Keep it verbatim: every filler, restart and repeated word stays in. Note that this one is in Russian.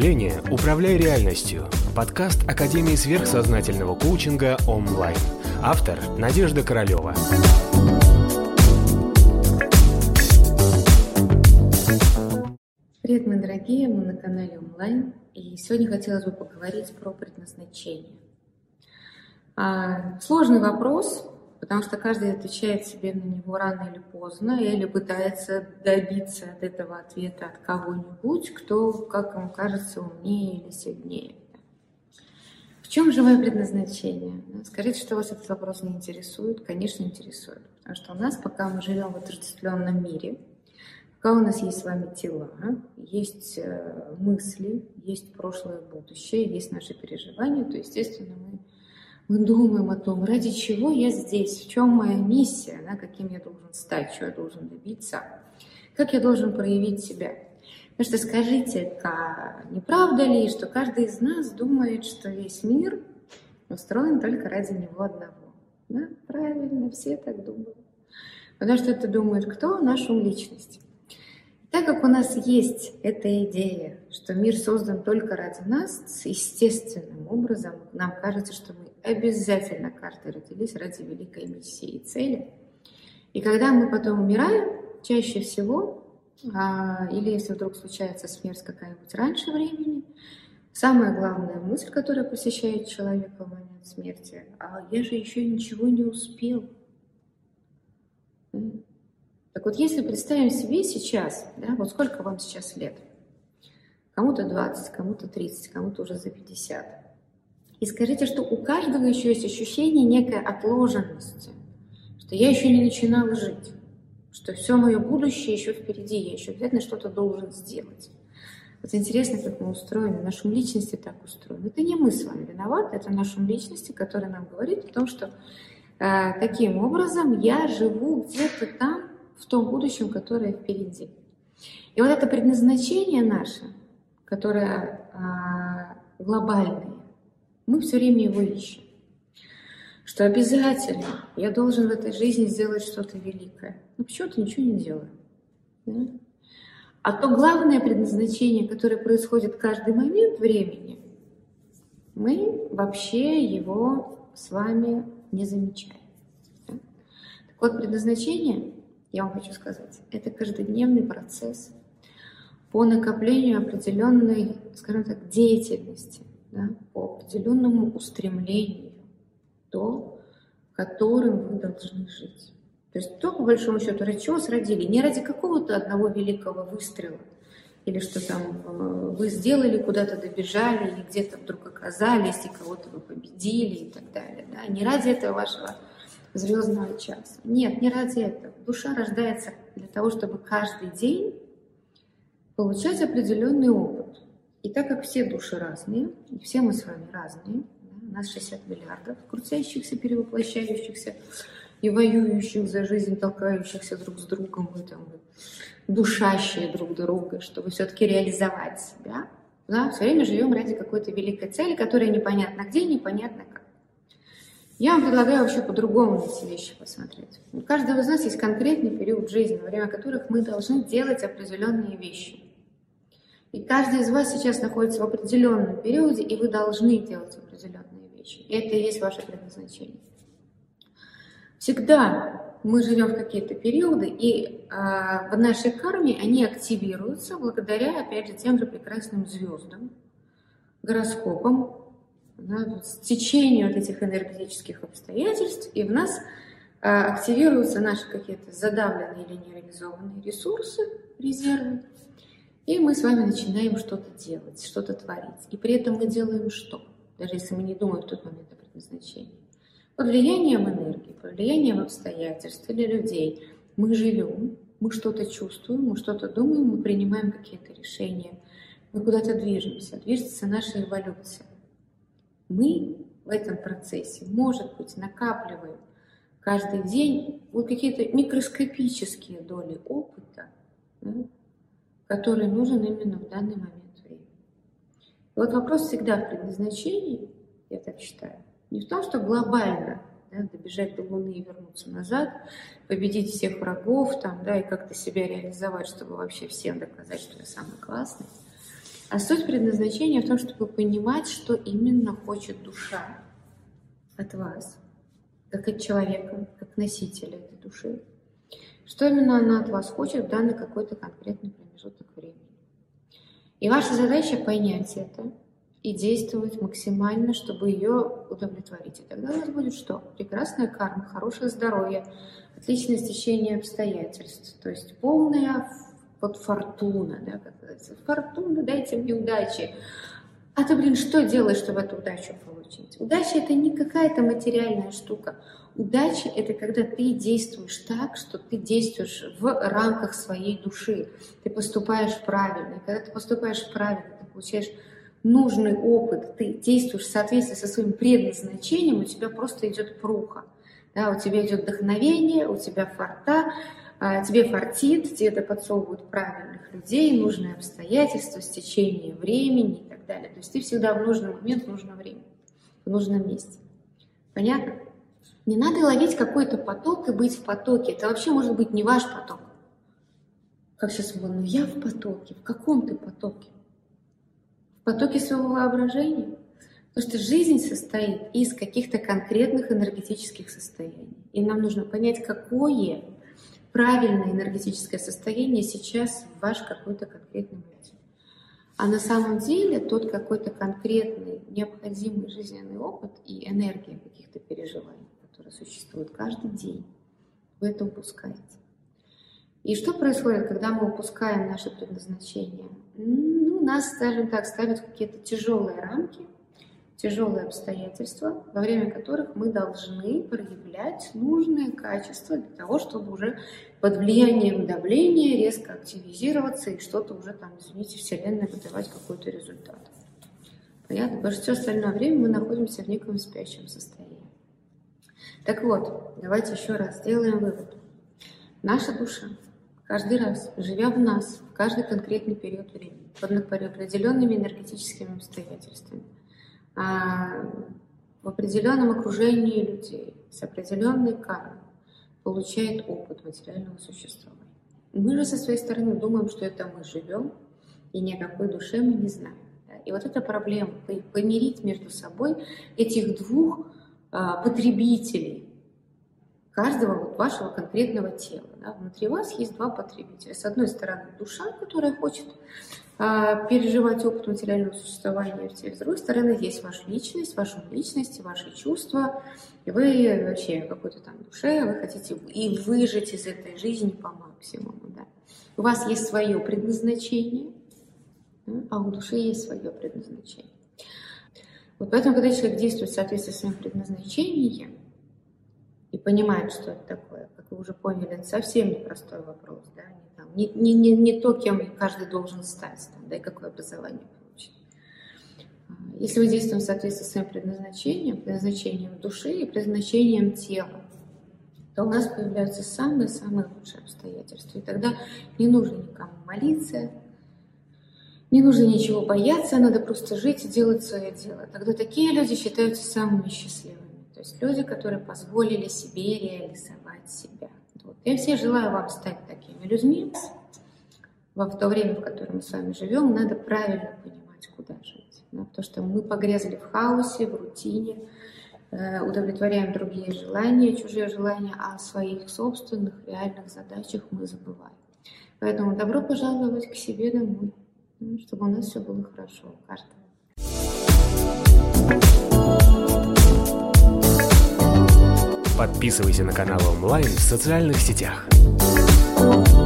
мышления «Управляй реальностью». Подкаст Академии сверхсознательного коучинга онлайн. Автор Надежда Королева. Привет, мои дорогие, мы на канале онлайн, и сегодня хотелось бы поговорить про предназначение. А, сложный вопрос, потому что каждый отвечает себе на него рано или поздно, или пытается добиться от этого ответа от кого-нибудь, кто, как ему кажется, умнее или сильнее. В чем же мое предназначение? Скажите, что вас этот вопрос не интересует? Конечно, интересует, потому что у нас, пока мы живем в отождествленном мире, пока у нас есть с вами тела, есть мысли, есть прошлое, будущее, есть наши переживания, то, естественно, мы, мы думаем о том, ради чего я здесь, в чем моя миссия, да, каким я должен стать, чего я должен добиться, как я должен проявить себя. Потому что скажите-ка, не правда ли, что каждый из нас думает, что весь мир устроен только ради него одного? Да? Правильно, все так думают. Потому что это думает кто? Наш ум личности. Так как у нас есть эта идея, что мир создан только ради нас, естественным образом нам кажется, что мы обязательно каждый родились ради великой миссии и цели. И когда мы потом умираем, чаще всего, а, или если вдруг случается смерть какая-нибудь раньше времени, самая главная мысль, которая посещает человека в момент смерти: а я же еще ничего не успел. Так вот, если представим себе сейчас, да, вот сколько вам сейчас лет? Кому-то двадцать, кому-то тридцать, кому-то уже за пятьдесят. И скажите, что у каждого еще есть ощущение некой отложенности, что я еще не начинала жить, что все мое будущее еще впереди, я еще обязательно что-то должен сделать. Вот интересно, как мы устроены, наш ум личности так устроен. Это не мы с вами виноваты, это наш ум личности, который нам говорит о том, что э, таким образом я живу где-то там, в том будущем, которое впереди. И вот это предназначение наше, которое а, глобальное, мы все время его ищем. Что обязательно я должен в этой жизни сделать что-то великое. Но почему-то ничего не делаю. Да? А то главное предназначение, которое происходит в каждый момент времени, мы вообще его с вами не замечаем. Да? Так вот, предназначение, я вам хочу сказать, это каждодневный процесс по накоплению определенной, скажем так, деятельности, да, по определенному устремлению, то, которым вы должны жить. То есть то, по большому счету, ради чего вас родили, не ради какого-то одного великого выстрела, или что там вы сделали, куда-то добежали, или где-то вдруг оказались, и кого-то вы победили и так далее. Да? Не ради этого вашего звездного часа. Нет, не ради этого. Душа рождается для того, чтобы каждый день получать определенный опыт. И так как все души разные, и все мы с вами разные, да, у нас шестьдесят миллиардов крутящихся, перевоплощающихся и воюющих за жизнь, толкающихся друг с другом, и там, душащие друг друга, чтобы все-таки реализовать себя. Да, все время живем ради какой-то великой цели, которая непонятно где, непонятно как. Я вам предлагаю вообще по-другому на эти вещи посмотреть. У каждого из нас есть конкретный период жизни, во время которых мы должны делать определенные вещи. И каждый из вас сейчас находится в определенном периоде, и вы должны делать определенные вещи. И это и есть ваше предназначение. Всегда мы живем в какие-то периоды, и а, в нашей карме они активируются благодаря, опять же, тем же прекрасным звездам, гороскопам, да, течению от этих энергетических обстоятельств, и в нас а, активируются наши какие-то задавленные или нереализованные ресурсы, резервы, и мы с вами начинаем что-то делать, что-то творить. И при этом мы делаем что? Даже если мы не думаем в тот момент о предназначении. Под влиянием энергии, под влиянием обстоятельств или людей мы живем, мы что-то чувствуем, мы что-то думаем, мы принимаем какие-то решения, мы куда-то движемся, движется наша эволюция. Мы в этом процессе, может быть, накапливаем каждый день вот какие-то микроскопические доли опыта, да, который нужен именно в данный момент времени. И вот вопрос всегда в предназначении, я так считаю, не в том, что глобально, да, добежать до Луны и вернуться назад, победить всех врагов там, да, и как-то себя реализовать, чтобы вообще всем доказать, что я самый классный, А суть предназначения в том, чтобы понимать, что именно хочет душа от вас, как от человека, как носителя этой души. Что именно она от вас хочет в данный какой-то конкретный промежуток времени. И ваша задача понять это и действовать максимально, чтобы ее удовлетворить. И тогда у вас будет что? Прекрасная карма, хорошее здоровье, отличное стечение обстоятельств, то есть полная вот фортуна, да, как говорится, фортуна, дайте мне удачи. А ты, блин, что делаешь, чтобы эту удачу получить? Удача — это не какая-то материальная штука. Удача — это когда ты действуешь так, что ты действуешь в рамках своей души. Ты поступаешь правильно. И когда ты поступаешь правильно, ты получаешь нужный опыт, ты действуешь в соответствии со своим предназначением, у тебя просто идет пруха. Да, у тебя идет вдохновение, у тебя форта, тебе фартит, тебе это подсовывают правильных людей, нужные обстоятельства, стечение времени и так далее. То есть ты всегда в нужный момент, в нужное время, в нужном месте. Понятно? Не надо ловить какой-то поток и быть в потоке. Это вообще может быть не ваш поток. Как сейчас модно, я в потоке. В каком ты потоке? В потоке своего воображения? Потому что жизнь состоит из каких-то конкретных энергетических состояний. И нам нужно понять, какое правильное энергетическое состояние сейчас в ваш какой-то конкретный момент. А на самом деле тот какой-то конкретный необходимый жизненный опыт и энергия каких-то переживаний, которые существуют каждый день, вы это упускаете. И что происходит, когда мы упускаем наше предназначение? Ну, нас, скажем так, ставят в какие-то тяжелые рамки, тяжелые обстоятельства, во время которых мы должны проявлять нужные качества для того, чтобы уже под влиянием давления резко активизироваться и что-то уже там, извините, Вселенная выдавать какой-то результат. Понятно? Потому что все остальное время мы находимся в неком спящем состоянии. Так вот, давайте еще раз сделаем вывод. Наша душа, каждый раз, живя в нас, в каждый конкретный период времени, под определенными энергетическими обстоятельствами, в определенном окружении людей, с определенной кармой, получает опыт материального существования. Мы же со своей стороны думаем, что это мы живем, и ни о какой душе мы не знаем. И вот эта проблема, помирить между собой этих двух потребителей, каждого вот вашего конкретного тела. Да? Внутри вас есть два потребителя. С одной стороны, душа, которая хочет а, переживать опыт материального существования в теле. С другой стороны, есть ваша личность, ваша личность, ваши чувства. И вы вообще какой-то там душе, вы хотите и выжить из этой жизни по максимуму. Да? У вас есть свое предназначение, да? А у души есть свое предназначение. Вот поэтому, когда человек действует в соответствии с своим предназначением, и понимает, что это такое, как вы уже поняли, это совсем непростой вопрос, да, не, там, не, не, не, не то, кем каждый должен стать, там, да, и какое образование получить. Если вы действуете в соответствии с своим предназначением, предназначением души и предназначением тела, то у нас появляются самые-самые лучшие обстоятельства. И тогда не нужно никому молиться, не нужно ничего бояться, надо просто жить и делать свое дело. Тогда такие люди считаются самыми счастливыми. То есть люди, которые позволили себе реализовать себя. Вот. Я все желаю вам стать такими людьми. В то время, в котором мы с вами живем, надо правильно понимать, куда жить. Да? Потому что мы погрязли в хаосе, в рутине, э, удовлетворяем другие желания, чужие желания, а о своих собственных реальных задачах мы забываем. Поэтому добро пожаловать к себе домой, чтобы у нас все было хорошо у каждого. Подписывайся на канал онлайн в социальных сетях.